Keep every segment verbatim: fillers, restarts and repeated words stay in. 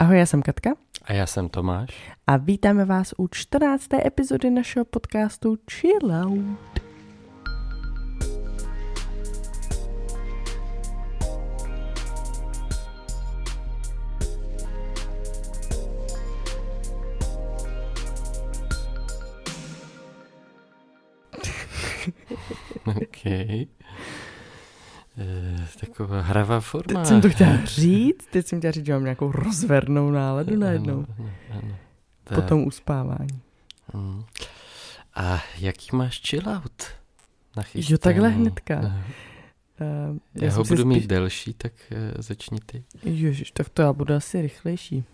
Ahoj, já jsem Katka. A já jsem Tomáš. A vítáme vás u čtrnácté epizody našeho podcastu Chill Out. OK. E, taková hravá forma. Teď jsem to chtěla říct, teď jsem chtěla říct, že mám nějakou rozvernou náladu najednou. Ano, ano. Po tom uspávání. Hmm. A jaký máš chill out nachystaný? Jo, takhle hnedka. Uh, já, já ho budu spíš... mít delší, tak uh, začni ty. Ježiš, tak to já budu asi rychlejší.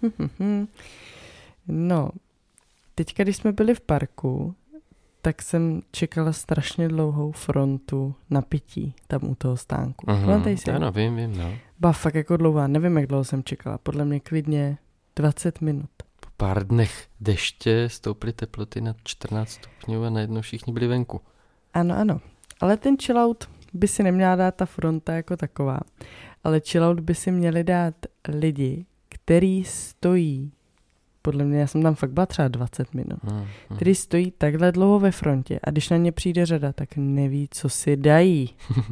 No, teďka, když jsme byli v parku, tak jsem čekala strašně dlouhou frontu na pití tam u toho stánku. Mm-hmm. Ano, vím, vím, no. Ba, fakt jako dlouhá, nevím, jak dlouho jsem čekala. Podle mě klidně dvacet minut. Po pár dnech deště stouply teploty na čtrnáct stupňů a najednou všichni byli venku. Ano, ano. Ale ten chillout by si neměla dát ta fronta jako taková. Ale chillout by si měli dát lidi, který stojí, podle mě, já jsem tam fakt byla třeba dvacet minut, hmm, hmm. který stojí takhle dlouho ve frontě a když na ně přijde řada, tak neví, co si dají.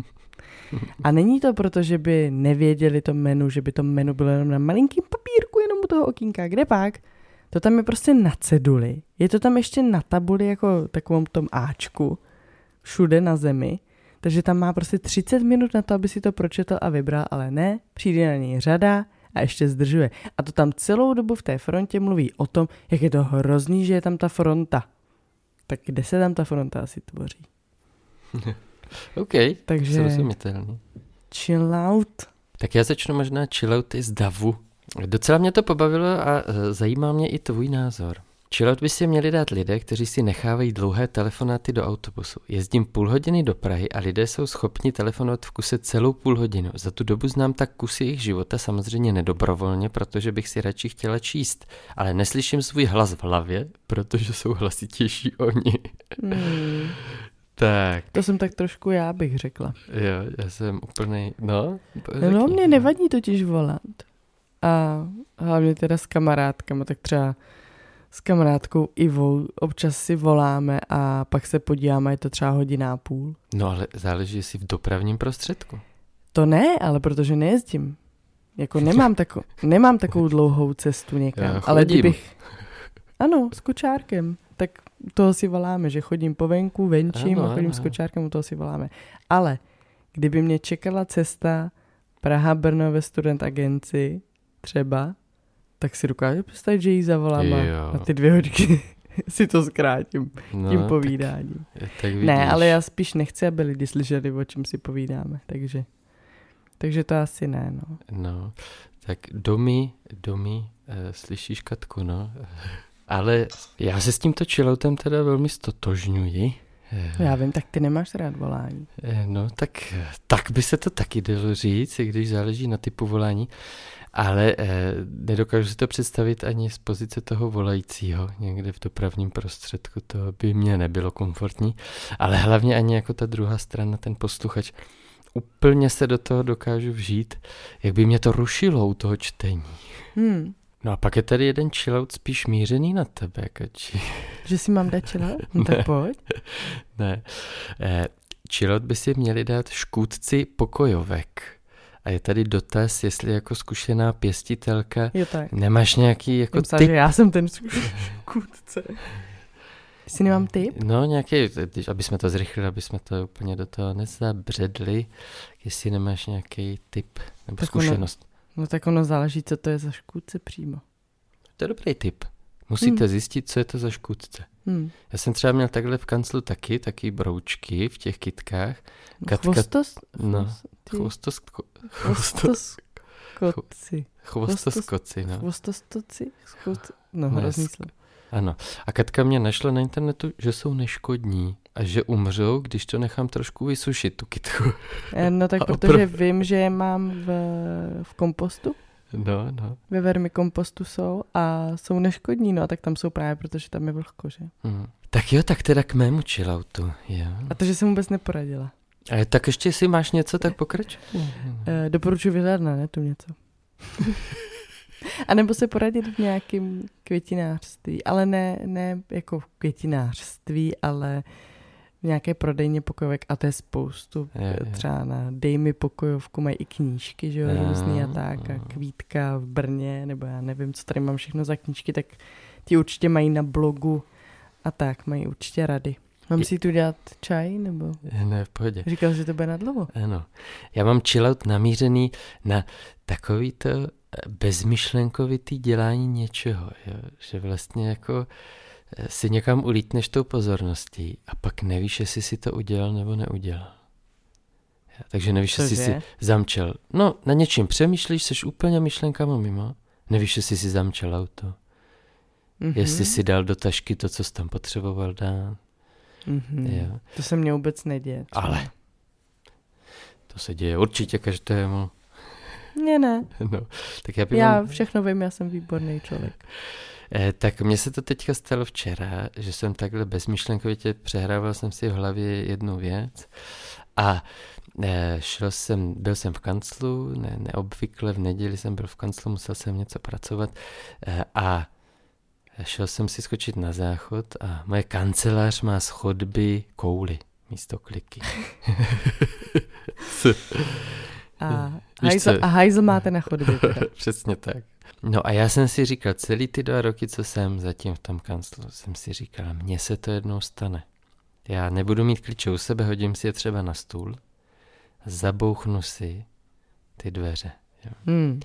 A není to proto, že by nevěděli to menu, že by to menu bylo jenom na malinkým papírku, jenom u toho okýnka. Kde pak? To tam je prostě na ceduli. Je to tam ještě na tabuli jako takovém tom áčku. Všude na zemi. Takže tam má prostě třicet minut na to, aby si to pročetl a vybral, ale ne, přijde na něj řada a ještě zdržuje. A to tam celou dobu v té frontě mluví o tom, jak je to hrozný, že je tam ta fronta. Tak kde se tam ta fronta asi tvoří? OK, takže srozumitelný. Chill out. Tak já začnu možná chillouty z davu. Docela mě to pobavilo a zajímá mě i tvůj názor. Chillout by si měli dát lidé, kteří si nechávají dlouhé telefonáty do autobusu. Jezdím půl hodiny do Prahy a lidé jsou schopni telefonovat v kuse celou půl hodinu. Za tu dobu znám tak kusy jejich života, samozřejmě nedobrovolně, protože bych si radši chtěla číst. Ale neslyším svůj hlas v hlavě, protože jsou hlasitější oni. Hmm. Tak. To jsem tak trošku já, bych řekla. Jo, já jsem úplnej, no. No, mě nevadí totiž volat. A hlavně teda s kamarádkama, tak třeba s kamarádkou Ivou občas si voláme a pak se podíváme, je to třeba hodina a půl. No ale záleží, jestli v dopravním prostředku. To ne, ale protože nejezdím. Jako nemám, tako, nemám takovou dlouhou cestu někam. Ale kdybych... Ano, s kočárkem. Tak toho si voláme, že chodím po venku, venčím ano, a chodím ano. s kočárkem, u toho si voláme. Ale kdyby mě čekala cesta Praha-Brno ve student agenci třeba, tak si dokážu představit, že jí zavolám a ty dvě hodiny si to zkrátím no, tím povídáním. Tak, tak ne, ale já spíš nechci, aby lidi slyšeli, o čem si povídáme, takže, takže to asi ne, no. No, tak domy, domy, uh, slyšíš Katku, no, ale já se s tímto chilloutem teda velmi stotožňuji. Já vím, tak ty nemáš rád volání. No, tak, tak by se to taky dalo říct, když záleží na typu volání. Ale eh, nedokážu si to představit ani z pozice toho volajícího někde v dopravním prostředku, to by mě nebylo komfortní, ale hlavně ani jako ta druhá strana, ten posluchač. Úplně se do toho dokážu vžít, jak by mě to rušilo u toho čtení. Hmm. No a pak je tady jeden chillout spíš mířený na tebe, Kači. Že si mám dát chillout? No tak pojď. Ne. Eh, chillout by si měli dát škůdci pokojovek. A je tady dotaz, jestli jako zkušená pěstitelka jo, tak. Nemáš nějaký jako Myslím, tip? Že já jsem ten škůdce. Jestli nemám tip? No nějaký, aby jsme to zrychlili, aby jsme to úplně do toho nezabředli, jestli nemáš nějaký tip nebo tak zkušenost. Ono, no tak ono záleží, co to je za škůdce přímo. To je dobrý tip. Musíte hmm. zjistit, co je to za škůdce. Hmm. Já jsem třeba měl takhle v kanclu taky, taky broučky v těch kytkách. Katka, chvostos? No, chvostos... Chvostoskoci. Chvostoskoci, no. Chvostostoci? No, hrozný slovo. Ano. A Katka mě našla na internetu, že jsou neškodní a že umřou, když to nechám trošku vysušit, tu kytku. No tak protože oprav... vím, že je mám v, v kompostu. No, no. Ve vermikompostu jsou a jsou neškodní, no a tak tam jsou právě, protože tam je vlhko, že? Hmm. Tak jo, tak teda k mému chilloutu, jo. A to, že jsem vůbec neporadila. Ale tak ještě, jestli máš něco, tak pokračuj. E, doporučuji vyhledat na netu něco. A nebo se poradit v nějakém květinářství, ale ne, ne jako v květinářství, ale v nějaké prodejně pokojovek a to je spoustu. Je, je. Třeba na Dej mi pokojovku mají i knížky, že jo, různý a tak a Kvítka v Brně, nebo já nevím, co tady mám všechno za knížky, tak ti určitě mají na blogu a tak, mají určitě rady. Mám si tu dělat čaj, nebo? Ne, v pohodě. Říkal, že to bude na dlouho. Ano. Já mám chillout namířený na takovýto bezmyšlenkovitý dělání něčeho, jo? Že vlastně jako si někam ulítneš tou pozorností a pak nevíš, jestli si to udělal nebo neudělal. Jo? Takže nevíš, jestli si zamčel. No, na něčím přemýšlíš, seš úplně myšlenkama mimo. Nevíš, jestli si zamčel auto. Mm-hmm. Jestli si dal do tašky to, co jsi tam potřeboval dát. Mm-hmm. Jo. To se mně vůbec neděje. Třeba. Ale to se děje určitě každému. Mně ne. No, tak já, já mám... všechno vím, já jsem výborný člověk. Eh, tak mně se to teďka stalo včera, že jsem takhle bezmyšlenkovitě přehrával jsem si v hlavě jednu věc a eh, šel jsem, byl jsem v kanclu, ne, neobvykle v neděli jsem byl v kanclu, musel jsem něco pracovat eh, a šel jsem si skočit na záchod a moje kancelář má z chodby kouly místo kliky. a, hajzl, a hajzl máte na chodbě. Přesně tak. No a já jsem si říkal, celý ty dva roky, co jsem zatím v tom kanclu, jsem si říkal, mně se to jednou stane. Já nebudu mít klíče u sebe, hodím si je třeba na stůl, zabouchnu si ty dveře. Jo. Hmm.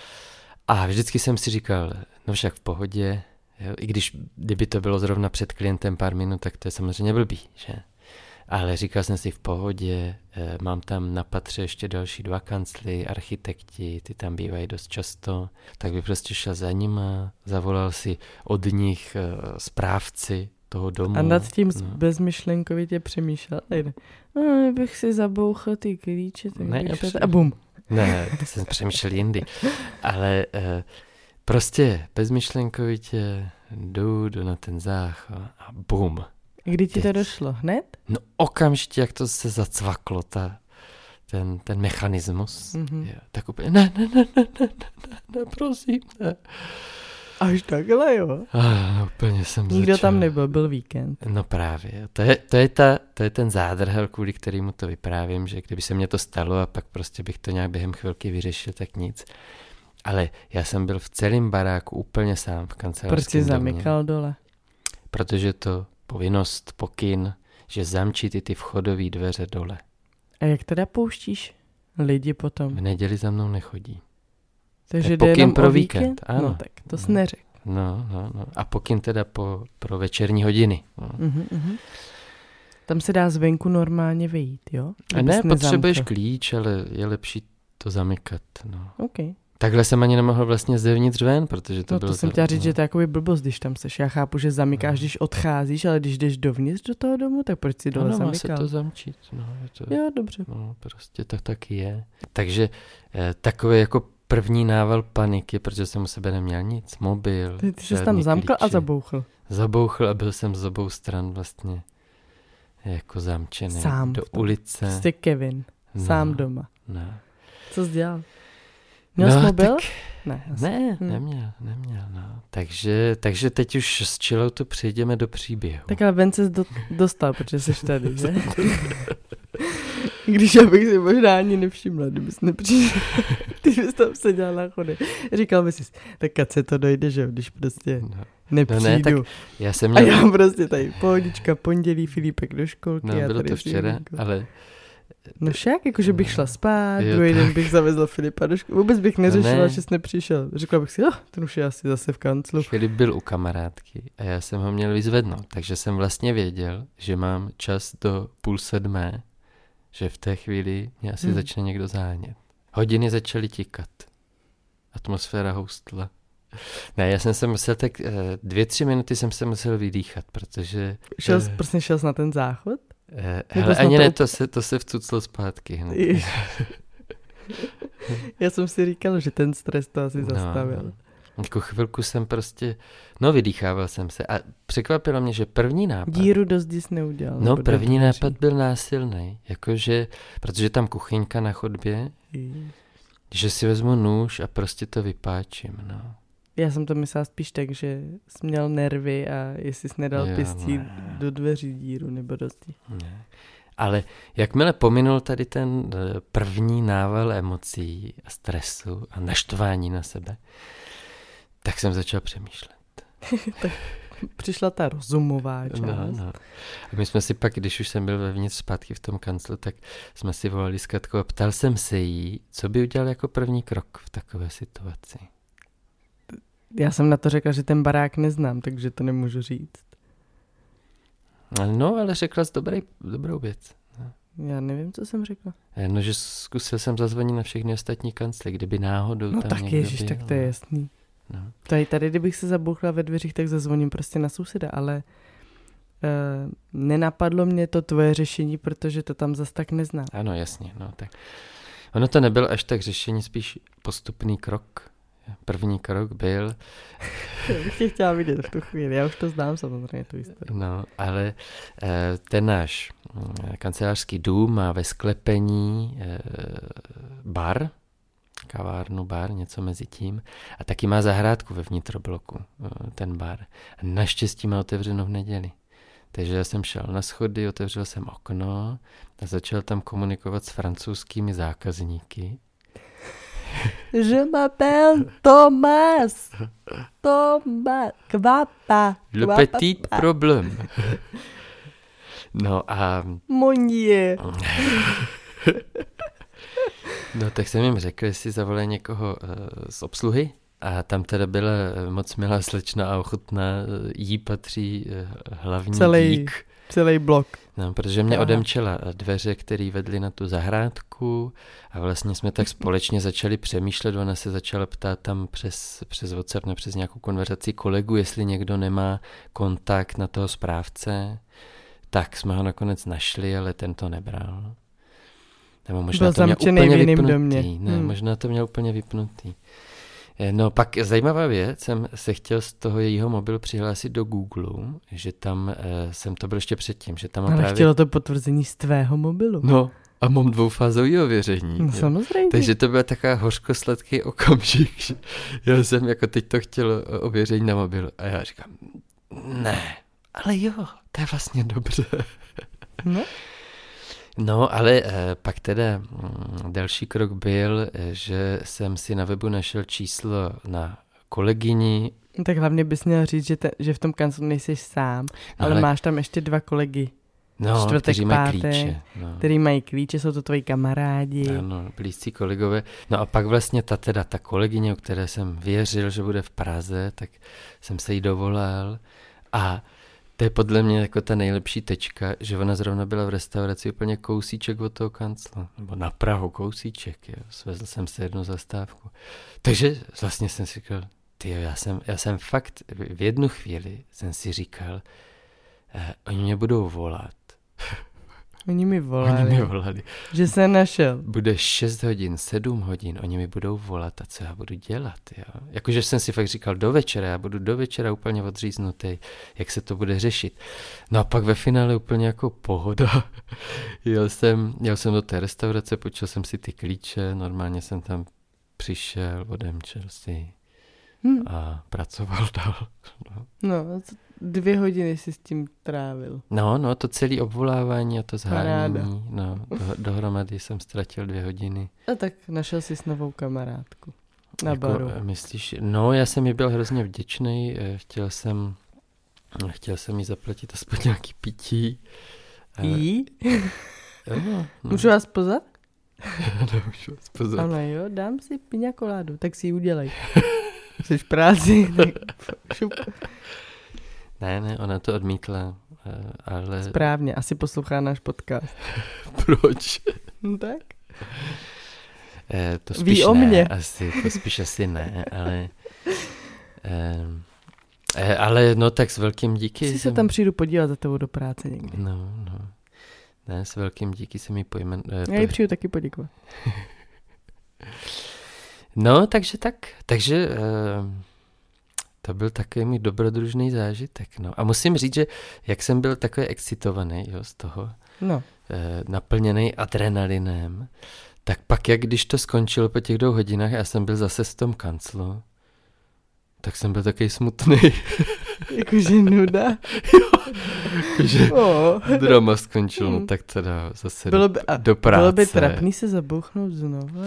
A vždycky jsem si říkal, no však v pohodě, jo, i když kdyby to bylo zrovna před klientem pár minut, tak to je samozřejmě blbý, že? Ale říkal jsem si v pohodě, eh, mám tam na patře ještě další dva kancly, architekti, ty tam bývají dost často, tak by prostě šel za nima, zavolal si od nich eh, správci toho domu. A nad tím no. bezmyšlenkovitě přemýšlel, nejde. No, bych si zabouchl ty klíče, tak ne, bych a bum. Ne, to jsem přemýšlel jindy. Ale eh, prostě bezmyšlenkovitě jdu, jdu na ten záchod a bum. Kdy ti to došlo? Hned? No okamžitě, jak to se zacvaklo, ta, ten, ten mechanismus. Mm-hmm. Jo, tak úplně, ne, ne, ne, ne, ne, ne, ne, prosím, ne. Až takhle, jo? Ah, úplně jsem Nikdo začal. tam nebyl, byl víkend. No právě, to je, to je, ta, to je ten zádrhel, kvůli kterému to vyprávím, že kdyby se mně to stalo a pak prostě bych to nějak během chvilky vyřešil, tak nic. Ale já jsem byl v celém baráku úplně sám v kancelářském Proč jsi zamykal dole? Protože to povinnost, pokyn, že zamčí ty ty vchodové dveře dole. A jak teda pouštíš lidi potom? V neděli za mnou nechodí. Takže jde jenom pro víkend? víkend? Ano. No tak to jsi no. neřekl. No, no, no. A pokyn teda po, pro večerní hodiny. No. Uh-huh, uh-huh. Tam se dá zvenku normálně vyjít, jo? A ne, potřebuješ klíč, ale je lepší to zamykat. No. Okay. Takhle jsem ani nemohl vlastně zevnitř ven, protože to no, bylo... No to jsem chtěla říct, no. že to je jakoby blbost, když tam seš. Já chápu, že zamykáš, no. když odcházíš, ale když jdeš dovnitř do toho domu, tak proč si dole no, zamykal? No, má se to zamčít. No, je to, jo, dobře. No, prostě to taky je. Takže eh, takový jako první nával paniky, protože jsem u sebe neměl nic, mobil. Ty, ty jsi tam zamkl a zabouchl. Zabouchl a byl jsem z obou stran vlastně jako zamčený. Sám. Do ulice. Prostě Kevin. No, sám doma. No. Co jsi dělal? Měl no, jsi mobil? Tak, ne, ne hmm. neměl, neměl, no. Takže, takže teď už z chilloutu přejdeme do příběhu. Tak ale ven ses do, dostal, protože jsi tady, že? Když já bych si možná ani nevšimla, kdybys nepřišel, ty bys tam seděl na chody. Říkal bys si, tak kad se to dojde, že když prostě no. nepřijdu. No ne, tak já jsem měl... A já prostě tady pohodička, pondělí, Filipek do školky. No, já bylo tady to včera, jako... ale... No však, jakože bych šla spát, jo, druhý tak. den bych zavezla Filipa do školy. Vůbec bych neřešila, no ne. že jsi nepřišel. Řekla bych si, oh, ten už je asi zase v kanclu. Filip byl u kamarádky a já jsem ho měl vyzvednout, takže jsem vlastně věděl, že mám čas do půl sedmé, že v té chvíli mě asi hmm. začne někdo zánět. Hodiny začaly tikat. Atmosféra houstla. Ne, já jsem se musel tak dvě, tři minuty jsem se musel vydýchat, protože... Šel, eh, prostě šel jsi na ten záchod? Eh, hele, ani to ne, to se, to se vcuclo zpátky hned. Já jsem si říkal, že ten stres to asi no, zastavil. Jako chvilku jsem prostě, no vydýchával jsem se a překvapilo mě, že první nápad... Díru dost dis neudělal. No první nápad byl násilný, jakože, protože tam kuchyňka na chodbě, Že si vezmu nůž a prostě to vypáčím, no. Já jsem to myslela spíš tak, že jsi měl nervy a jestli jsi nedal Jo, pistí ne. do dveří díru nebo do zdi. Ne. Ale jakmile pominul tady ten první nával emocí a stresu a naštvání na sebe, tak jsem začal přemýšlet. Tak přišla ta rozumová část. No, no. A my jsme si pak, když už jsem byl vevnitř zpátky v tom kanclu, tak jsme si volali s Katkou a ptal jsem se jí, co by udělal jako první krok v takové situaci. Já jsem na to řekla, že ten barák neznám, takže to nemůžu říct. No, ale řekla jsi dobrý, dobrou věc. Já nevím, co jsem řekla. No, že zkusil jsem zazvonit na všechny ostatní kancly, kdyby náhodou No tam tak někdo ježiš, byl. tak to je jasný. No. Tady, tady, kdybych se zabouchla ve dveřích, tak zazvoním prostě na souseda, ale uh, nenapadlo mě to tvoje řešení, protože to tam zas tak neznám. Ano, jasně, no tak. Ono to nebyl až tak řešení, spíš postupný krok. První krok byl... Já bych tě chtěla vidět v tu chvíli, já už to znám samozřejmě, tu historii. No, ale ten náš kancelářský dům má ve sklepení bar, kavárnu, bar, něco mezi tím. A taky má zahrádku ve vnitrobloku, ten bar. A naštěstí má otevřeno v neděli. Takže já jsem šel na schody, otevřel jsem okno a začal tam komunikovat s francouzskými zákazníky. Je m'appelle Thomas. Thomas. Kvapa. Le petit problème. No a... Monie. No tak jsem jim řekl, jestli zavolají někoho uh, z obsluhy. A tam teda byla moc milá slečna a ochotná, jí patří uh, hlavní celý, dík. Celý blok. No, protože mě Aha. odemčela dveře, které vedly na tu zahrádku a vlastně jsme tak společně začali přemýšlet, ona se začala ptát tam přes, přes WhatsApp, ne přes nějakou konverzaci kolegu, jestli někdo nemá kontakt na toho správce, tak jsme ho nakonec našli, ale ten to nebral. Nebo možná Byl to měl zamčený úplně v jiným vypnutý. domě. Ne, hmm. možná to měl úplně vypnutý. No pak zajímavá věc, jsem se chtěl z toho jejího mobilu přihlásit do Google, že tam eh, jsem to byl ještě předtím, že tam Ale právě... chtělo to potvrzení z tvého mobilu. No a mám dvoufázový ověření. No, samozřejmě. Takže to byla taková hořkosladký okamžik, že já jsem jako teď to chtěl ověření na mobilu a já říkám, ne, ale jo, to je vlastně dobře. No. No, ale eh, pak teda hm, další krok byl, eh, že jsem si na webu našel číslo na kolegyni. Tak hlavně bys měl říct, že, te, že v tom kanclu nejsi sám, No, ale, ale máš tam ještě dva kolegy, no, čtvrtek, kteří mají pátek, klíče. No. který mají klíče, jsou to tvoji kamarádi. Ano, blízcí kolegové. No a pak vlastně ta teda ta kolegyně, o které jsem věřil, že bude v Praze, tak jsem se jí dovolal a to je podle mě jako ta nejlepší tečka, že ona zrovna byla v restauraci úplně kousíček od toho kanclu, nebo na Prahu kousíček, jo. Svezl jsem se jednu zastávku. Takže vlastně jsem si říkal, tyjo, já jsem, já jsem fakt v jednu chvíli jsem si říkal, eh, oni mě budou volat. Oni mi volali, Oni mi volali. že se našel. Bude šest hodin, sedm hodin, oni mi budou volat a co já budu dělat, jo. Jakože jsem si fakt říkal do večera, já budu do večera úplně odříznutý, jak se to bude řešit. No a pak ve finále úplně jako pohoda. jel, jsem, jel jsem do té restaurace, počul jsem si ty klíče, normálně jsem tam přišel, odemčel si Hm. a pracoval dál. No. No, dvě hodiny si s tím trávil. No, no, to celé obvolávání a to Paráda. zhánění, no, do, dohromady jsem ztratil dvě hodiny. A tak našel jsi s novou kamarádku na Jako, baru. myslíš, no já jsem jí byl hrozně vděčný, chtěl jsem, chtěl jsem jí zaplatit aspoň nějaký pití. Jí? Jo, no. Můžu vás pozvat? Nemůžu vás pozvat. Ano jo, dám si piňa koládu, tak si ji udělej. Jsi v práci, tak šup. Ne, ne, ona to odmítla, ale... Správně, asi poslouchá náš podcast. Proč? No tak. Eh, to spíš Ví o ne, mně. asi, to spíš asi ne, ale... Eh, eh, ale no tak s velkým díky. Si se jsem... tam přijdu podívat za tebou do práce někdy. No, no. Ne, s velkým díky se mi pojmen... Eh, Já jí přijdu taky poděkovat. No, takže tak, takže uh, to byl takový můj dobrodružný zážitek, no. A musím říct, že jak jsem byl takový excitovaný, jo, z toho, No. uh, naplněný adrenalinem, Tak pak, jak když to skončilo po těch dvou hodinách, já jsem byl zase v tom kanclu, tak jsem byl takový smutný. Jakože nuda. Jo, jakože oh. drama skončilo, no tak teda zase bylo do, by, a, do práce. Bylo by trapný se zabouchnout znova.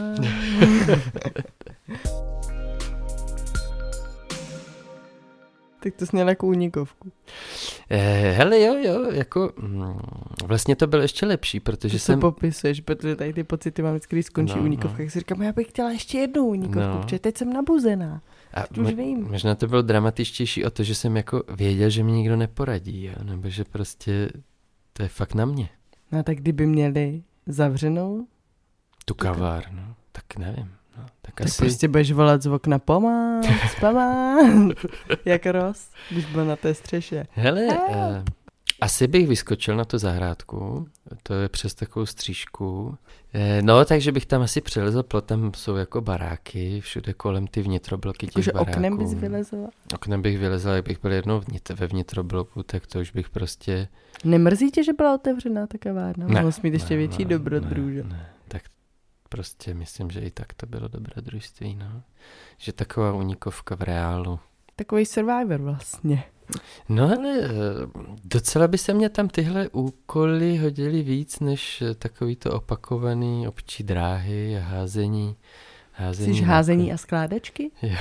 Tak to jsi měl jako únikovku. Eh, hele jo, jo, jako mm, vlastně to bylo ještě lepší, protože to jsem... To popisuješ, protože tady ty pocity mám vždycky, když skončí no, únikovka, tak no. si říkám, já bych chtěla ještě jednou únikovku, no. protože teď jsem nabuzená. A teď už vím. Možná to bylo dramatičtější o to, že jsem jako věděl, že mi nikdo neporadí, jo? Nebo že prostě to je fakt na mě. No tak kdyby měli zavřenou? Tu kavárnu, tak nevím. No, tak tak asi... prostě budeš volat z okna pomáč, pomáč, jak Ross, když byl na té střeše. Hele, eh, asi bych vyskočil na tu zahrádku, to je přes takovou střížku. Eh, no, takže bych tam asi přelezl, plotem jsou jako baráky, všude kolem ty vnitrobloky těch jako, baráků. Oknem bys vylezl? Oknem bych vylezl, jak bych byl jednou vnitř, ve vnitrobloku, tak to už bych prostě... Nemrzí tě, že byla otevřená ta kavárna? Ne, Mohl jsi mít ještě ne, větší ne, dobrodruže. Ne, ne, tak prostě myslím, že i tak to bylo dobrodružství, no. Že taková unikovka v reálu. Takový Survivor vlastně. No ale docela by se mě tam tyhle úkoly hodily víc, než takový to opakovaný občí dráhy a házení. házení Jsi házení a skládačky? Jo.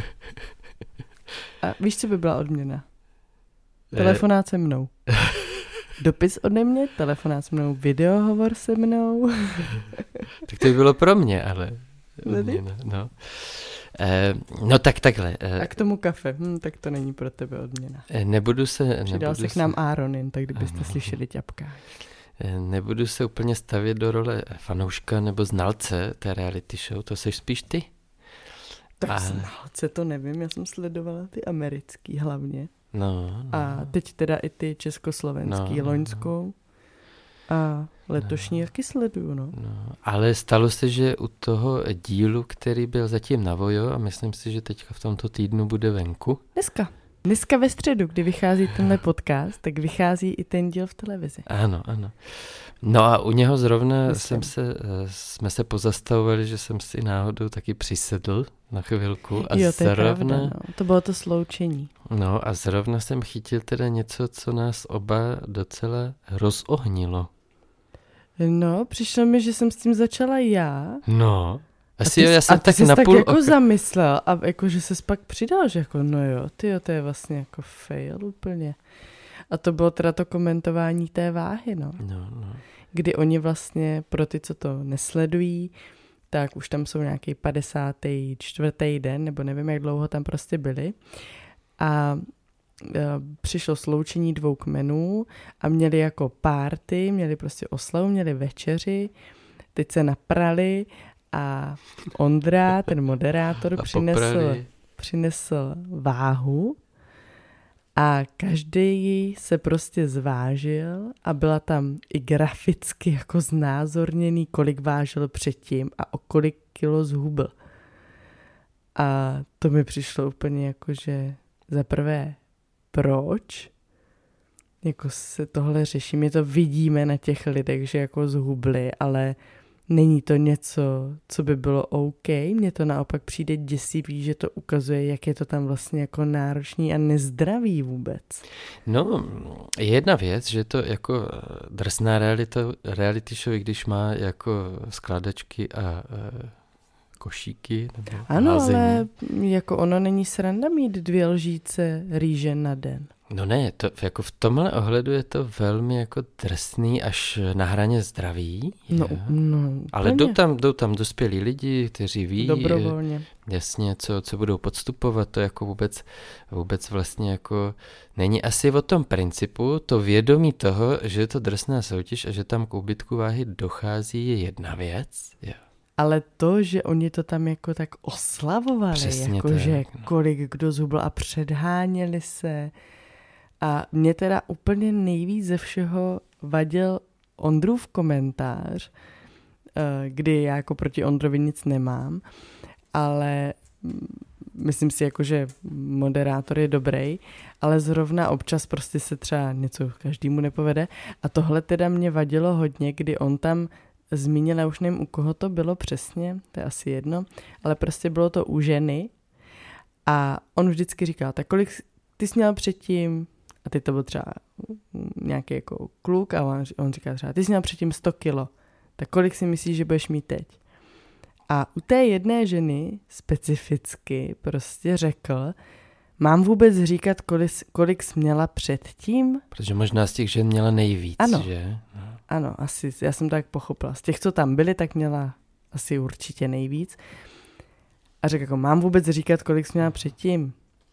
A víš, co by byla odměna? Telefonát se mnou. Dopis ode mě, telefonát se mnou, videohovor se mnou. Tak to by bylo pro mě, ale... Odměna, no. Eh, no tak takhle. Eh, a k tomu kafe, hm, tak to není pro tebe odměna. Eh, nebudu se... Přidal nebudu se k nám Aaronin, tak kdybyste Aha. slyšeli ťapkání. Eh, nebudu se úplně stavět do role fanouška nebo znalce té reality show, to seš spíš ty. Tak a... znalce to nevím, já jsem sledovala ty americký hlavně. No, no. A teď teda i ty československý, no, loňskou. A letošní no. taky sleduju, no. no. Ale stalo se, že u toho dílu, který byl zatím na Vojo, a myslím si, že teďka v tomto týdnu bude venku. Dneska. Dneska ve středu, kdy vychází tenhle podcast, tak vychází i ten díl v televizi. Ano, ano. No a u něho zrovna jsem se, jsme se pozastavovali, že jsem si náhodou taky přisedl na chvilku. A jo, to je zrovna, pravda, no. To bylo to sloučení. No a zrovna jsem chytil teda něco, co nás oba docela rozohnilo. No, přišlo mi, že jsem s tím začala já. No. Asi a ty, jo, já jsem a ty tak jsi napůl tak jako oka... zamyslel a jako, že ses pak přidal, že jako no jo, tyjo, to je vlastně jako fail úplně. A to bylo teda to komentování té váhy, no. No, no. Kdy oni vlastně, pro ty, co to nesledují, tak už tam jsou nějaký padesátý čtvrtý den, nebo nevím, jak dlouho tam prostě byli. A e, přišlo sloučení dvou kmenů a měli jako party, měli prostě oslavu, měli večeři, teď se naprali a Ondra, ten moderátor, přinesl, přinesl váhu a každý se prostě zvážil a byla tam i graficky jako znázorněný, kolik vážil předtím a o kolik kilo zhubl. A to mi přišlo úplně jako, že za prvé, proč? Jako se tohle řeší, my to vidíme na těch lidech, že jako zhubli, ale není to něco, co by bylo OK. Mně to naopak přijde děsivý, že to ukazuje, jak je to tam vlastně jako náročný a nezdravý vůbec. No, jedna věc, že to jako drsná realita, reality show, i když má jako skládačky a, a košíky. Nebo ano, házení. Ale jako ono není sranda mít dvě lžíce rýže na den. No ne, to, jako v tomhle ohledu je to velmi jako drsný až na hraně zdraví. No, no, ale jdou tam, jdou tam dospělí lidi, kteří ví dobrovolně. Jasně, co, co budou podstupovat, to jako vůbec, vůbec vlastně jako není asi o tom principu, to vědomí toho, že je to drsná soutěž a že tam k úbytku váhy dochází, je jedna věc. Jo. Ale to, že oni to tam jako tak oslavovali, přesně jako tak, že no. Kolik kdo zhubl a předháněli se. A mě teda úplně nejvíc ze všeho vadil Ondrův komentář, kdy já jako proti Ondrovi nic nemám, ale myslím si jako, že moderátor je dobrý, ale zrovna občas prostě se třeba něco každému nepovede a tohle teda mě vadilo hodně, kdy on tam zmínil, já už nevím, u koho to bylo přesně, to je asi jedno, ale prostě bylo to u ženy a on vždycky říkal, tak kolik ty jsi měl předtím, a teď to byl třeba nějaký jako kluk a on, on říká třeba, ty jsi měl předtím sto kilo, tak kolik si myslíš, že budeš mít teď? A u té jedné ženy specificky prostě řekl, mám vůbec říkat, kolik, kolik jsi měla předtím? Protože možná z těch žen měla nejvíc, ano. že? Ano, asi, já jsem tak pochopila. Z těch, co tam byli, tak měla asi určitě nejvíc. A řekl jako, mám vůbec říkat, kolik jsi měla předtím?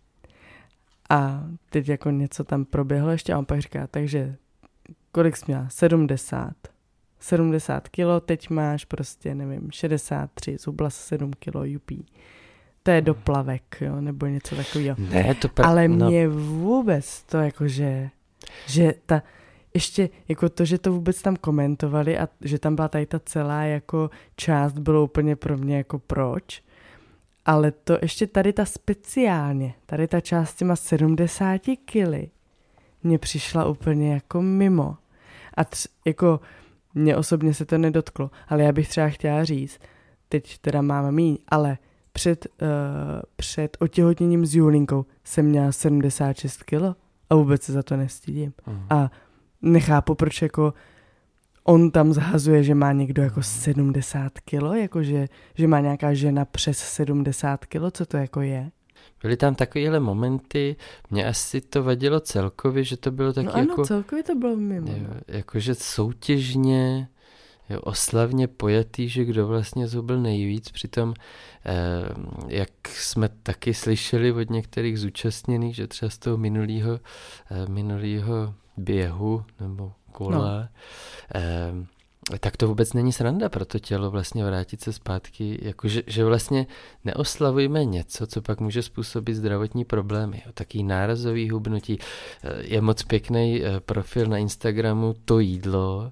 A teď jako něco tam proběhlo ještě a on pak říká, takže kolik jsi měla? sedmdesát. sedmdesát kilo, teď máš prostě, nevím, šedesát tři, zhubla sedm kilo, jupí. To je doplavek, jo, nebo něco takového. Ne, to pra... Ale no. mě vůbec to jako, že, že ta, ještě jako to, že to vůbec tam komentovali a že tam byla tady ta celá jako část, bylo úplně pro mě jako proč. Ale to ještě tady ta speciálně, tady ta část s těma sedmdesáti kily mně přišla úplně jako mimo. A tř, jako mně osobně se to nedotklo, ale já bych třeba chtěla říct, teď teda mám míň, ale před, uh, před otěhotněním s Julinkou jsem měla sedmdesát šest kilo a vůbec se za to nestydím. Mm. A nechápu, proč jako on tam zhazuje, že má někdo jako sedmdesát kilo, jako že, že má nějaká žena přes sedmdesát kilo, co to jako je? Byly tam takovéhle momenty, mě asi to vadilo celkově, že to bylo taky no ano, jako... celkově to bylo mimo. Jo, jakože soutěžně, jo, oslavně pojatý, že kdo vlastně zhubil nejvíc, přitom eh, jak jsme taky slyšeli od některých zúčastněných, že třeba z toho minulého eh, minulého běhu nebo kola, no. eh, tak to vůbec není sranda pro to tělo vlastně vrátit se zpátky, jakože, že vlastně neoslavujeme něco, co pak může způsobit zdravotní problémy. Jo. Taký nárazový hubnutí. Je moc pěkný profil na Instagramu To jídlo,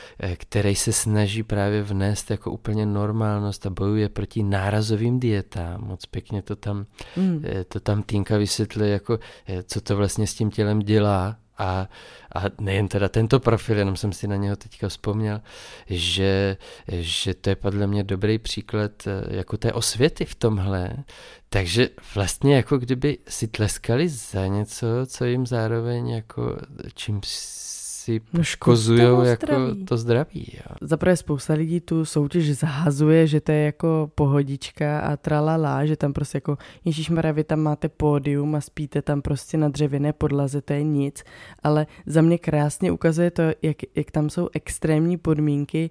který se snaží právě vnést jako úplně normálnost a bojuje proti nárazovým dietám. Moc pěkně to tam, mm. to tam Týnka vysvětluje, jako, co to vlastně s tím tělem dělá. A, a nejen teda tento profil, jenom jsem si na něho teďka vzpomněl, že, že to je podle mě dobrý příklad jako té osvěty v tomhle. Takže vlastně jako kdyby si tleskali za něco, co jim zároveň jako čím si poškozujou no jako zdraví. To zdraví. Jo. Zaprvé spousta lidí tu soutěž zahazuje, že to je jako pohodička a tralala, že tam prostě jako ježišmarja, vy tam máte pódium a spíte tam prostě na dřevěné podlaze, to je nic, ale za mě krásně ukazuje to, jak, jak tam jsou extrémní podmínky,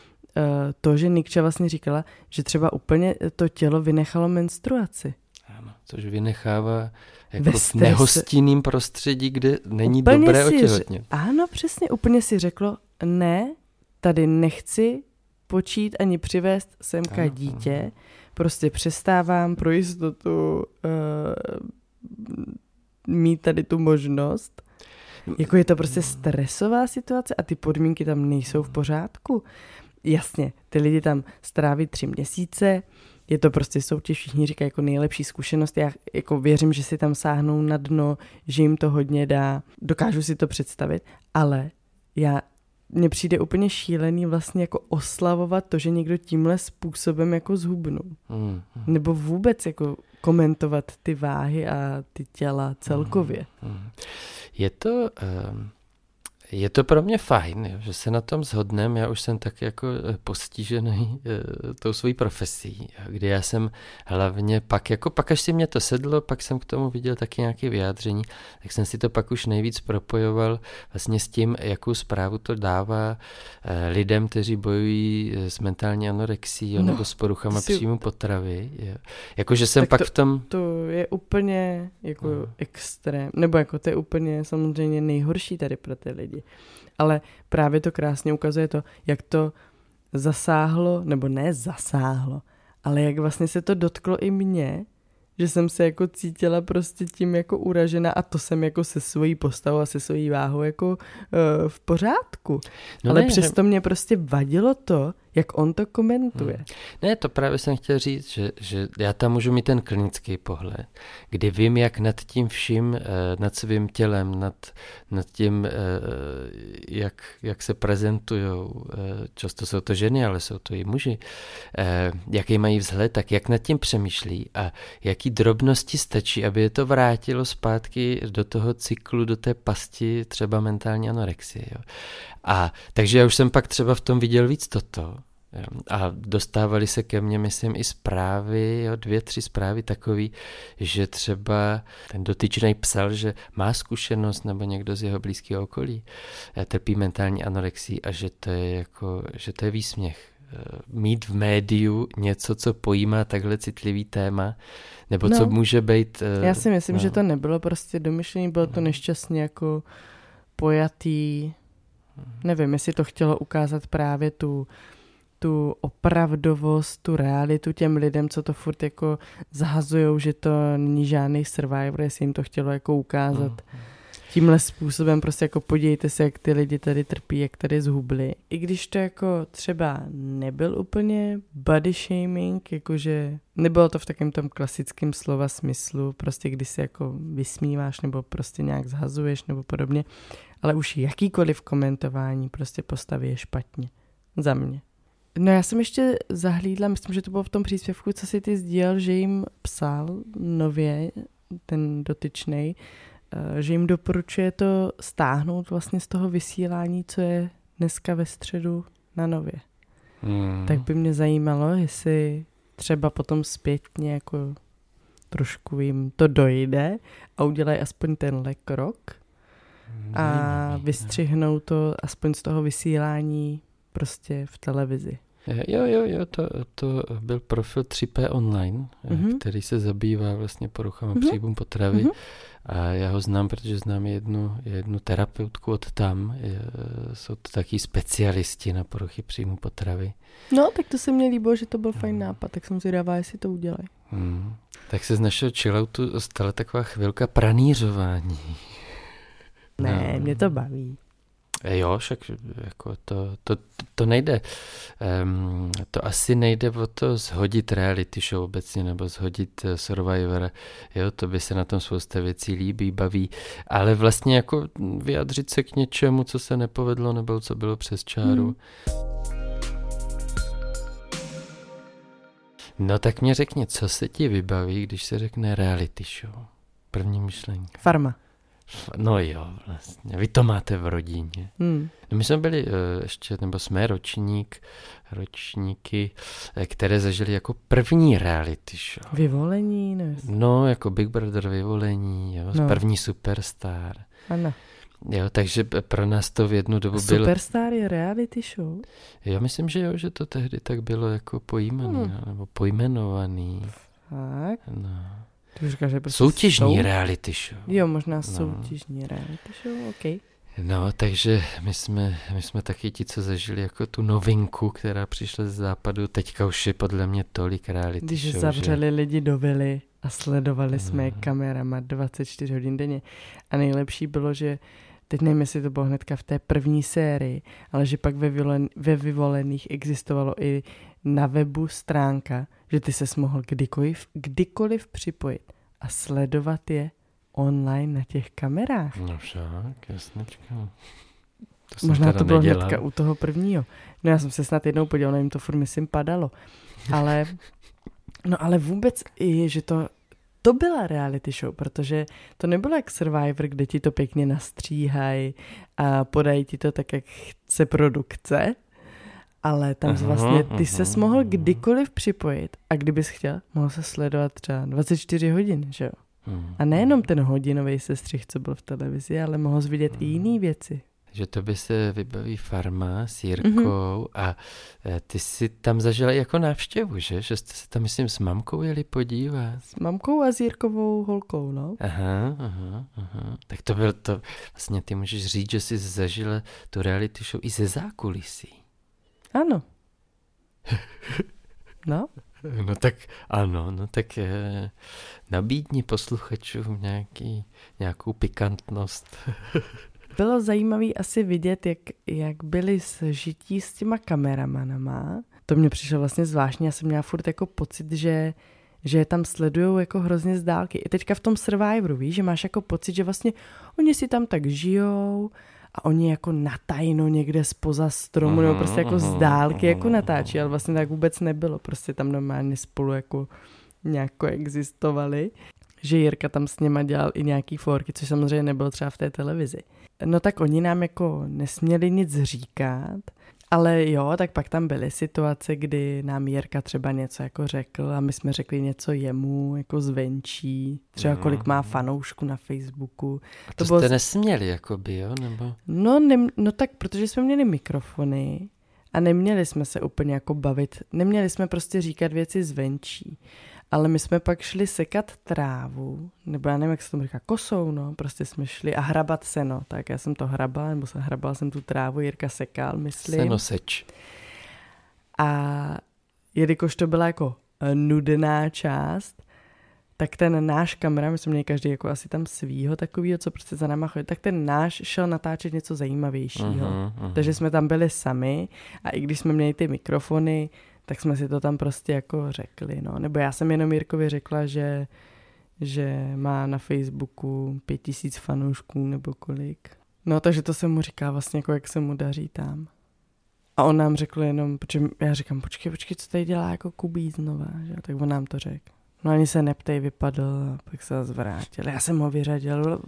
to, že Nikča vlastně říkala, že třeba úplně to tělo vynechalo menstruaci. Ano, což vynechává jako v nehostinném prostředí, kde není úplně dobré otěhotnět. Ano, přesně, úplně si řeklo, ne, tady nechci počít ani přivést semka ano, dítě, ano. Prostě přestávám pro jistotu uh, mít tady tu možnost. Jako je to prostě stresová situace a ty podmínky tam nejsou v pořádku. Jasně, ty lidi tam stráví tři měsíce, je to prostě soutěž, všichni říkají jako nejlepší zkušenost, já jako věřím, že si tam sáhnou na dno, že jim to hodně dá, dokážu si to představit, ale já, mně přijde úplně šílený vlastně jako oslavovat to, že někdo tímhle způsobem jako zhubnul. Mm, mm. Nebo vůbec jako komentovat ty váhy a ty těla celkově. Mm, mm. Je to... Um... Je to pro mě fajn, jo, že se na tom shodneme. Já už jsem tak jako postižený e, tou svojí profesí, kdy já jsem hlavně pak, jako pak až si mě to sedlo, pak jsem k tomu viděl taky nějaké vyjádření, tak jsem si to pak už nejvíc propojoval vlastně s tím, jakou zprávu to dává e, lidem, kteří bojují s mentální anorexií no, nebo s poruchama si... příjmu potravy. Jo. Jakože jsem tak pak to, v tom... To je úplně jako no. extrém, nebo jako to je úplně samozřejmě nejhorší tady pro ty lidi. Ale právě to krásně ukazuje to, jak to zasáhlo, nebo ne zasáhlo, ale jak vlastně se to dotklo i mě, že jsem se jako cítila prostě tím jako uražena a to jsem jako se svojí postavou a se svojí váhou jako uh, v pořádku. No ale ne, přesto mě prostě vadilo to, jak on to komentuje. Hmm. Ne, to právě jsem chtěl říct, že, že já tam můžu mít ten klinický pohled, kdy vím, jak nad tím vším, nad svým tělem, nad, nad tím, jak, jak se prezentujou, často jsou to ženy, ale jsou to i muži, jaký mají vzhled, tak jak nad tím přemýšlí a jaký drobnosti stačí, aby je to vrátilo zpátky do toho cyklu, do té pasti třeba mentální anorexie. Jo. A takže já už jsem pak třeba v tom viděl víc toto. A dostávali se ke mně, myslím, i zprávy, jo, dvě, tři zprávy takový, že třeba ten dotyčný psal, že má zkušenost nebo někdo z jeho blízkého okolí trpí mentální anorexii a že to je jako, že to je výsměch. Mít v médiu něco, co pojímá takhle citlivý téma, nebo no, co může být... Já si myslím, no. že to nebylo prostě domyšlení, bylo to nešťastně jako pojatý, nevím, jestli to chtělo ukázat právě tu tu opravdovost, tu realitu těm lidem, co to furt jako zahazujou, že to není žádný Survivor, jestli jim to chtělo jako ukázat. Mm. Tímhle způsobem prostě jako podívejte se, jak ty lidi tady trpí, jak tady zhubli. I když to jako třeba nebyl úplně body shaming, jakože nebylo to v takém tom klasickém slova smyslu, prostě když se jako vysmíváš nebo prostě nějak zhazuješ nebo podobně, ale už jakýkoliv komentování prostě postaví je špatně. Za mě. No já jsem ještě zahlídla, myslím, že to bylo v tom příspěvku, co si ty sdílel, že jim psal nově ten dotyčnej, že jim doporučuje to stáhnout vlastně z toho vysílání, co je dneska ve středu na Nově. Hmm. Tak by mě zajímalo, jestli třeba potom zpětně jako trošku jim to dojde a udělají aspoň tenhle krok a vystřihnou to aspoň z toho vysílání prostě v televizi. Jo, jo, jo, to, to byl profil tři P online, mm-hmm. který se zabývá vlastně poruchama mm-hmm. příjmu potravy mm-hmm. a já ho znám, protože znám jednu, jednu terapeutku od tam, je, jsou to taky specialisti na poruchy příjmu potravy. No, tak to se mně líbilo, že to byl fajn nápad, tak jsem si dává, jestli to udělají. Hmm. Tak se z našeho chilloutu stala taková chvilka pranířování. Ne, no. Mě to baví. Jo, však jako to, to, to nejde. Um, to asi nejde o to zhodit reality show obecně nebo zhodit uh, Survivor. Jo, to by se na tom spousta věcí líbí, baví. Ale vlastně jako vyjádřit se k něčemu, co se nepovedlo nebo co bylo přes čáru. Hmm. No tak mě řekni, co se ti vybaví, když se řekne reality show? První myšlenka. Farma. No jo, vlastně. Vy to máte v rodině. Hmm. No my jsme byli uh, ještě, nebo jsme ročník, ročníky, které zažili jako první reality show. Vyvolení, ne? No, jako Big Brother vyvolení, jo, no. První Superstar. Ano. Jo, takže pro nás to v jednu dobu bylo... Superstar je reality show? Já myslím, že jo, že to tehdy tak bylo jako pojímaný, hmm. nebo pojmenovaný. Tak. No. Říkáš, že prostě soutěžní sou... reality show. Jo, možná no. soutěžní reality show, ok. No, takže my jsme, my jsme taky ti, co zažili jako tu novinku, která přišla z západu, teďka už je podle mě tolik reality Když show. Když zavřeli že... lidi do vily a sledovali no. jsme kamerama dvacet čtyři hodin denně. A nejlepší bylo, že teď nevím, jestli to bylo hnedka v té první sérii, ale že pak ve, vyvolen, ve vyvolených existovalo i na webu stránka, že ty ses mohl kdykoliv, kdykoliv připojit a sledovat je online na těch kamerách. No však, jasnečka. To možná to bylo nedělal. hnedka u toho prvního. No já jsem se snad jednou podíval, nevím, to furt myslím padalo. Ale, no ale vůbec i, že to To byla reality show, protože to nebylo jak Survivor, kde ti to pěkně nastříhají a podají ti to tak, jak chce produkce, ale tam uh-huh, vlastně ty uh-huh, ses mohl kdykoliv připojit a kdybys chtěl, mohl se sledovat třeba dvacet čtyři hodin, že jo? Uh-huh. A nejenom ten hodinový sestřih, co byl v televizi, ale mohl jsi vidět uh-huh. i jiný věci. Že to by se vybaví Farma s Jirkou mm-hmm. a ty si tam zažila jako návštěvu, že? Že jste se tam, myslím, s mamkou jeli podívat. S mamkou a s Jirkovou holkou, no. Aha, aha, aha. Tak to byl to, vlastně ty můžeš říct, že jsi zažila tu reality show i ze zákulisí. Ano. No. No tak ano, no tak eh, nabídni posluchačům nějaký, nějakou pikantnost. bylo zajímavé asi vidět, jak, jak byli sžití s těma kameramanama. To mě přišlo vlastně zvláštně, já jsem měla furt jako pocit, že, že je tam sledujou jako hrozně z dálky. I teďka v tom Survivoru, víš, že máš jako pocit, že vlastně oni si tam tak žijou a oni jako natajno někde spoza stromu, nebo prostě jako z dálky jako natáčí, ale vlastně tak vůbec nebylo, prostě tam normálně spolu jako nějak existovali. Že Jirka tam s něma dělal i nějaký forky, což samozřejmě nebylo třeba v té televizi. No tak oni nám jako nesměli nic říkat, ale jo, tak pak tam byly situace, kdy nám Jirka třeba něco jako řekl a my jsme řekli něco jemu, jako zvenčí, třeba kolik má fanoušku na Facebooku. A to, to bylo... jste nesměli, jakoby, jo? Nebo... No, ne, no tak, protože jsme měli mikrofony a neměli jsme se úplně jako bavit, neměli jsme prostě říkat věci zvenčí. Ale my jsme pak šli sekat trávu, nebo já nevím, jak se tomu říká, kosou, no, prostě jsme šli a hrabat seno, tak já jsem to hrabala, nebo jsem hrabala jsem tu trávu, Jirka sekal, myslím. Senoseč. A jelikož to byla jako nudná část, tak ten náš kamera, my jsme měli každý jako asi tam svýho takovýho, co prostě za náma chodil, tak ten náš šel natáčet něco zajímavějšího. Uh-huh, uh-huh. Takže jsme tam byli sami a i když jsme měli ty mikrofony, tak jsme si to tam prostě jako řekli, no. Nebo já jsem jenom Jirkovi řekla, že, že má na Facebooku pět tisíc fanoušků nebo kolik. No, takže to jsem mu říkala vlastně, jako jak se mu daří tam. A on nám řekl jenom, protože já říkám, počkej, počkej, co tady dělá jako Kubí znova, že? Tak on nám to řekl. No ani se neptej, vypadl a pak se zvrátil. Já jsem ho vyřadil.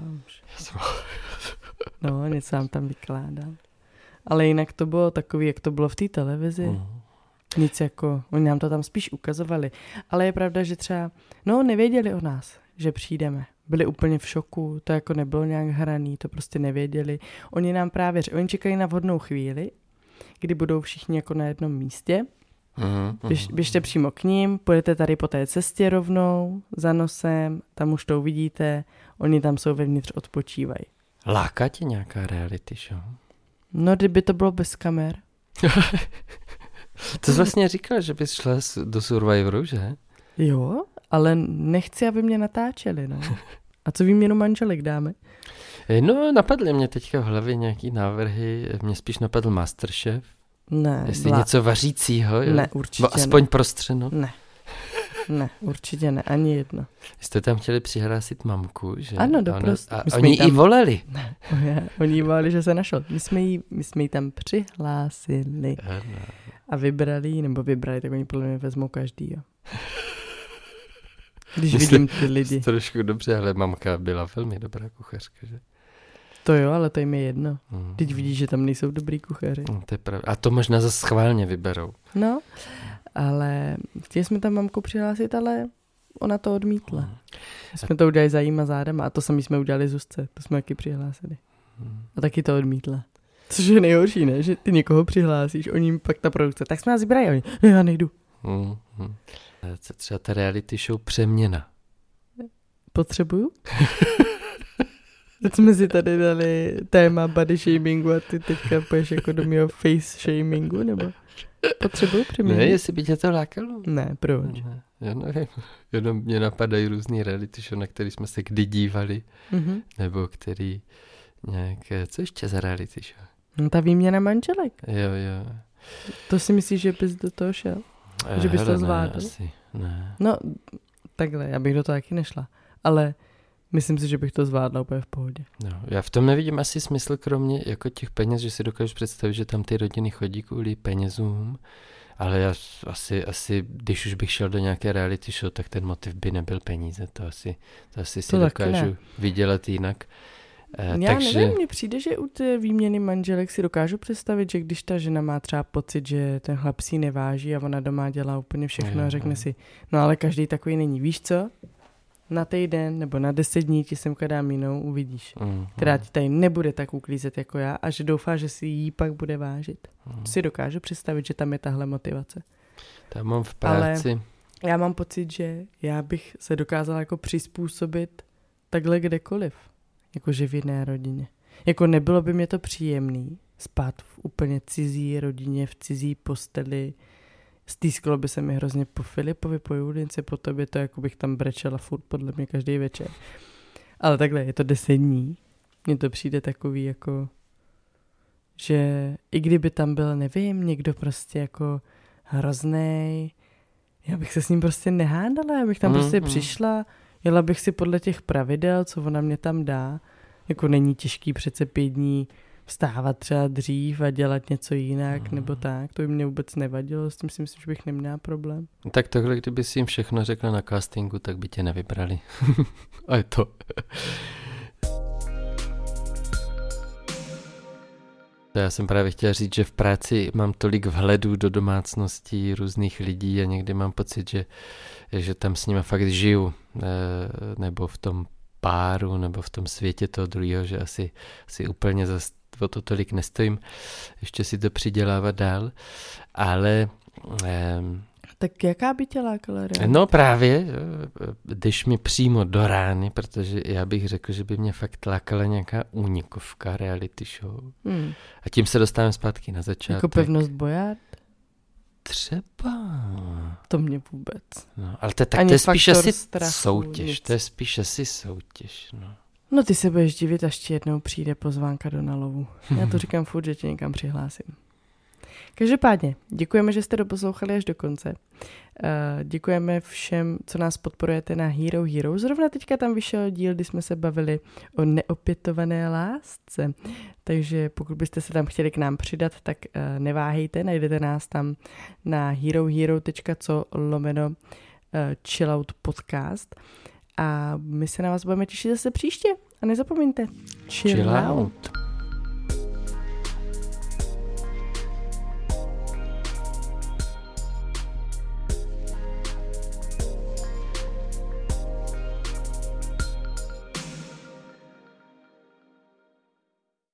No, něco nám tam vykládal. Ale jinak to bylo takový, jak to bylo v té televizi. Uh. Nic jako, oni nám to tam spíš ukazovali. Ale je pravda, že třeba, no nevěděli o nás, že přijdeme. Byli úplně v šoku, to jako nebylo nějak hraný, to prostě nevěděli. Oni nám právě, oni čekají na vhodnou chvíli, kdy budou všichni jako na jednom místě. Uh-huh, uh-huh. Běž, běžte přímo k ním, půjdete tady po té cestě rovnou, za nosem, tam už to uvidíte, oni tam jsou vevnitř, odpočívají. Láká tě nějaká reality show? No, kdyby to bylo bez kamer. To jsi vlastně říkal, že bys šla do Survivoru, že? Jo, ale nechci, aby mě natáčeli, no. A co výměnu manželek dáme? No, napadly mě teďka v hlavě nějaký návrhy, mě spíš napadl Masterchef. Ne. Jestli blá... něco vařícího, jo? Ne, určitě Bo aspoň ne. prostřeno. Ne. Ne, určitě ne, ani jedno. Jste tam chtěli přihlásit mamku, že? Ano, doprost. A oni tam... i volali. Ne, oni jí volali, že se našel. My jsme jí, my jsme jí tam přihlásili. Ano. A vybrali, nebo vybrali, tak oni podle mě vezmou každý, jo. Když Myslím, vidím ty lidi. Trošku dobře, ale mamka byla velmi dobrá kuchařka, že? To jo, ale to jim je jedno. Mm. Teď vidíš, že tam nejsou dobrý kuchaři. Mm, to je pravda. A to možná zase schválně vyberou. No, ale chtěli jsme tam mamku přihlásit, ale ona to odmítla. Mm. Jsme to udělali za jíma zádama a to samý jsme udělali Zuzce. To jsme taky přihlásili. Mm. A taky to odmítla. Což je nejhorší, ne? Že ty někoho přihlásíš, oni pak ta produkce, tak jsme nás vybrali, oni, ne, já nejdu. Mm, mm. Co třeba ta reality show Přeměna? Potřebuju? Teď jsme si tady dali téma body shamingu a ty teďka půjdeš jako do mého face shamingu, nebo potřebuju přeměnit? Ne, jestli by tě to lákalo. Ne, proč? Ne, já nevím, jenom mě napadají různý reality show, na který jsme se kdy dívali, mm-hmm. nebo který nějaké, co ještě za reality show? No ta výměna manželek. Jo, jo. To si myslíš, že bys do toho šel? Eh, že bys hele, to zvládl? Ne, asi, ne. No, takhle, já bych do toho taky nešla, ale myslím si, že bych to zvládla úplně v pohodě. No, já v tom nevidím asi smysl, kromě jako těch peněz, že si dokážu představit, že tam ty rodiny chodí kvůli penězům, ale já asi, asi, když už bych šel do nějaké reality show, tak ten motiv by nebyl peníze, to asi, to asi si to dokážu vydělat jinak. Eh, já takže... nevím, mně přijde, že u té výměny manželek si dokážu představit, že když ta žena má třeba pocit, že ten chlap si neváží a ona doma dělá úplně všechno je, a řekne je. si, no ale každý takový není, víš co? Na týden nebo na deset dní ti semka dám jinou, uvidíš, mm, která ti tady nebude tak uklízet jako já a že doufá, že si jí pak bude vážit. Mm. Si dokážu představit, že tam je tahle motivace. Tam mám v práci. Ale já mám pocit, že já bych se dokázala jako přizpůsobit takhle kdekoliv, jakože v jiné rodině. Jako nebylo by mě to příjemný spát v úplně cizí rodině, v cizí posteli. Stýskalo by se mi hrozně po Filipovi, po Julince, po tobě, to jako bych tam brečela furt podle mě každý večer. Ale takhle, je to deset dní Mně to přijde takový jako, že i kdyby tam byl, nevím, někdo prostě jako hroznej, já bych se s ním prostě nehádala, já bych tam mm, prostě mm. přišla, jela bych si podle těch pravidel, co ona mě tam dá. Jako není těžký přece pět dní vstávat třeba dřív a dělat něco jinak, mm. nebo tak. To by mě vůbec nevadilo, s tím si myslím, že bych neměla problém. Tak tohle, kdyby si jim všechno řekla na castingu, tak by tě nevybrali. A je to... Já jsem právě chtěl říct, že v práci mám tolik vhledů do domácností různých lidí a někdy mám pocit, že, že tam s nimi fakt žiju, nebo v tom páru, nebo v tom světě toho druhého, že asi, asi úplně za o to tolik nestojím, ještě si to přidělávat dál, ale... Um, tak jaká by tě lákala realita? No právě, jdeš mi přímo do rány, protože já bych řekl, že by mě fakt lákala nějaká únikovka reality show. Hmm. A tím se dostávám zpátky na začátek. Jako Pevnost Bojárt? Třeba. To mě vůbec. No, ale to, tak to je spíš asi strachu, soutěž, nic. To je spíš asi soutěž, no. No ty se budeš divit, až ti jednou přijde pozvánka do Nalovu. Já to říkám furt, že tě někam přihlásím. Každopádně, děkujeme, že jste doposlouchali až do konce. Děkujeme všem, co nás podporujete na Hero Hero. Zrovna teďka tam vyšel díl, kdy jsme se bavili o neopětované lásce. Takže pokud byste se tam chtěli k nám přidat, tak neváhejte, najdete nás tam na herohero tečka co lomeno chillout podcast. A my se na vás budeme těšit zase příště. A nezapomeňte, chill, chill out. out.